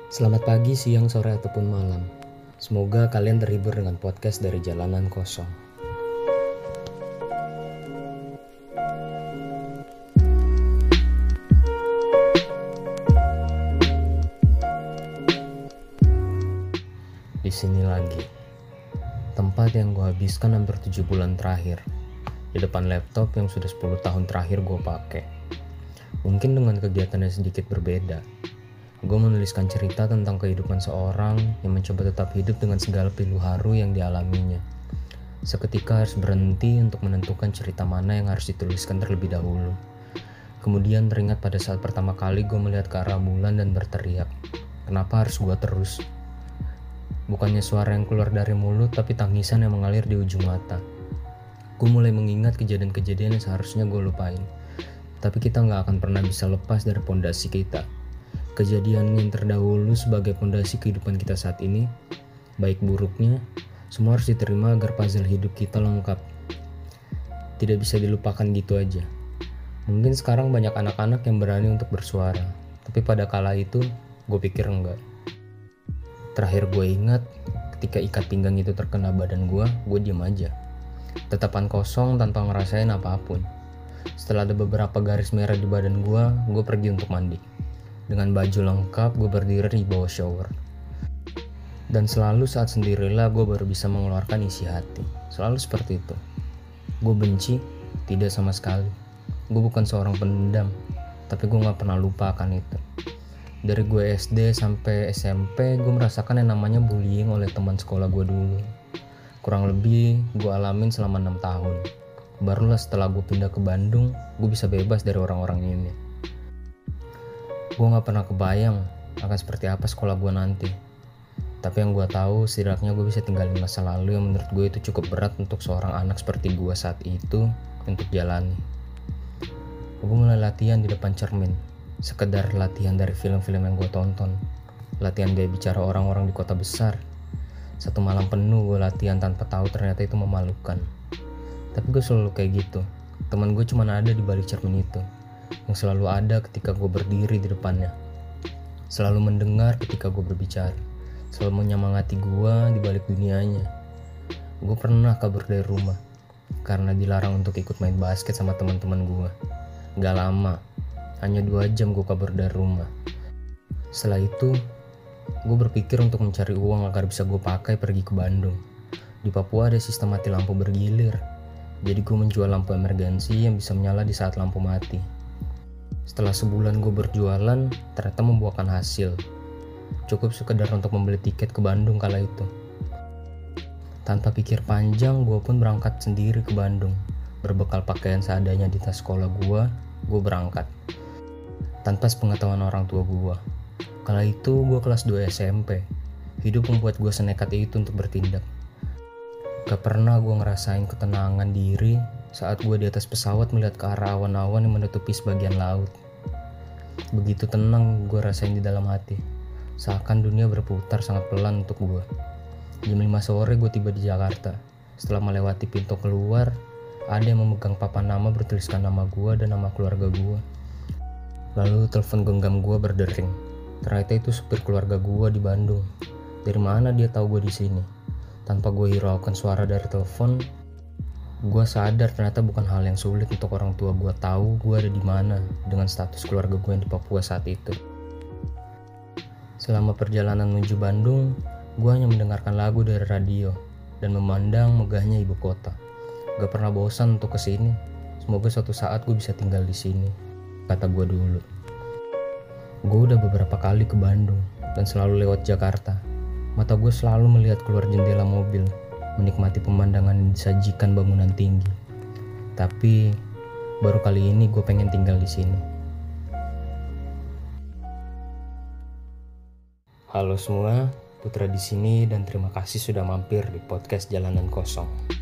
Selamat pagi, siang, sore, ataupun malam. Semoga kalian terhibur dengan podcast dari Jalanan Kosong. Di sini lagi, tempat yang gue habiskan hampir 7 bulan terakhir. Di depan laptop yang sudah 10 tahun terakhir gue pakai. Mungkin dengan kegiatannya sedikit berbeda. Gue menuliskan cerita tentang kehidupan seorang yang mencoba tetap hidup dengan segala pilu haru yang dialaminya. Seketika harus berhenti untuk menentukan cerita mana yang harus dituliskan terlebih dahulu. Kemudian teringat pada saat pertama kali gue melihat ke arah bulan dan berteriak, kenapa harus gue terus? Bukannya suara yang keluar dari mulut, tapi tangisan yang mengalir di ujung mata. Gue mulai mengingat kejadian-kejadian yang seharusnya gue lupain. Tapi kita gak akan pernah bisa lepas dari pondasi kita. Kejadian yang terdahulu sebagai pondasi kehidupan kita saat ini, baik buruknya, semua harus diterima agar puzzle hidup kita lengkap. Tidak bisa dilupakan gitu aja. Mungkin sekarang banyak anak-anak yang berani untuk bersuara, tapi pada kala itu, gue pikir enggak. Terakhir gue ingat, ketika ikat pinggang itu terkena badan gue diem aja. Tetapan kosong tanpa ngerasain apapun. Setelah ada beberapa garis merah di badan gue pergi untuk mandi. Dengan baju lengkap, gue berdiri di bawah shower. Dan selalu saat sendirilah gue baru bisa mengeluarkan isi hati. Selalu seperti itu. Gue benci, tidak sama sekali. Gue bukan seorang pendendam, tapi gue gak pernah lupa akan itu. Dari gue SD sampai SMP, gue merasakan yang namanya bullying oleh teman sekolah gue dulu. Kurang lebih gue alamin selama 6 tahun. Barulah setelah gue pindah ke Bandung, gue bisa bebas dari orang-orang ini. Gue gak pernah kebayang akan seperti apa sekolah gue nanti. Tapi yang gue tahu, setidaknya gue bisa tinggalin masa lalu yang menurut gue itu cukup berat untuk seorang anak seperti gue saat itu untuk jalani. Gue mulai latihan di depan cermin. Sekedar latihan dari film-film yang gue tonton. Latihan gaya bicara orang-orang di kota besar. Satu malam penuh gue latihan tanpa tahu ternyata itu memalukan. Tapi gue selalu kayak gitu. Teman gue cuma ada di balik cermin itu, yang selalu ada ketika gue berdiri di depannya. Selalu mendengar ketika gue berbicara. Selalu menyemangati gue di balik dunianya. Gue pernah kabur dari rumah karena dilarang untuk ikut main basket sama teman-teman gue. Gak lama, hanya 2 jam gue kabur dari rumah. Setelah itu, gue berpikir untuk mencari uang agar bisa gue pakai pergi ke Bandung. Di Papua ada sistem mati lampu bergilir. Jadi gue menjual lampu emergensi yang bisa menyala di saat lampu mati. Setelah sebulan gue berjualan, ternyata membuahkan hasil. Cukup sekedar untuk membeli tiket ke Bandung kala itu. Tanpa pikir panjang, gue pun berangkat sendiri ke Bandung. Berbekal pakaian seadanya di tas sekolah gue berangkat. Tanpa sepengetahuan orang tua gue. Kala itu gue kelas 2 SMP. Hidup membuat gue senekat itu untuk bertindak. Gak pernah gue ngerasain ketenangan diri saat gue di atas pesawat melihat ke arah awan-awan yang menutupi sebagian laut. Begitu tenang gue rasain di dalam hati. Seakan dunia berputar sangat pelan untuk gue. Jam 5 sore gue tiba di Jakarta. Setelah melewati pintu keluar, ada yang memegang papan nama bertuliskan nama gue dan nama keluarga gue. Lalu telepon genggam gue berdering. Ternyata itu supir keluarga gue di Bandung. Dari mana dia tahu gue di sini? Tanpa gue hiraukan suara dari telepon, gue sadar ternyata bukan hal yang sulit untuk orang tua gue tahu gue ada di mana dengan status keluarga gue yang di Papua saat itu. Selama perjalanan menuju Bandung, gue hanya mendengarkan lagu dari radio dan memandang megahnya ibu kota. Gak pernah bosan untuk kesini. Semoga suatu saat gue bisa tinggal di sini, kata gue dulu. Gue udah beberapa kali ke Bandung dan selalu lewat Jakarta. Mata gue selalu melihat keluar jendela mobil, menikmati pemandangan yang disajikan bangunan tinggi. Tapi baru kali ini gue pengen tinggal di sini. Halo semua, Putra di sini dan terima kasih sudah mampir di podcast Jalanan Kosong.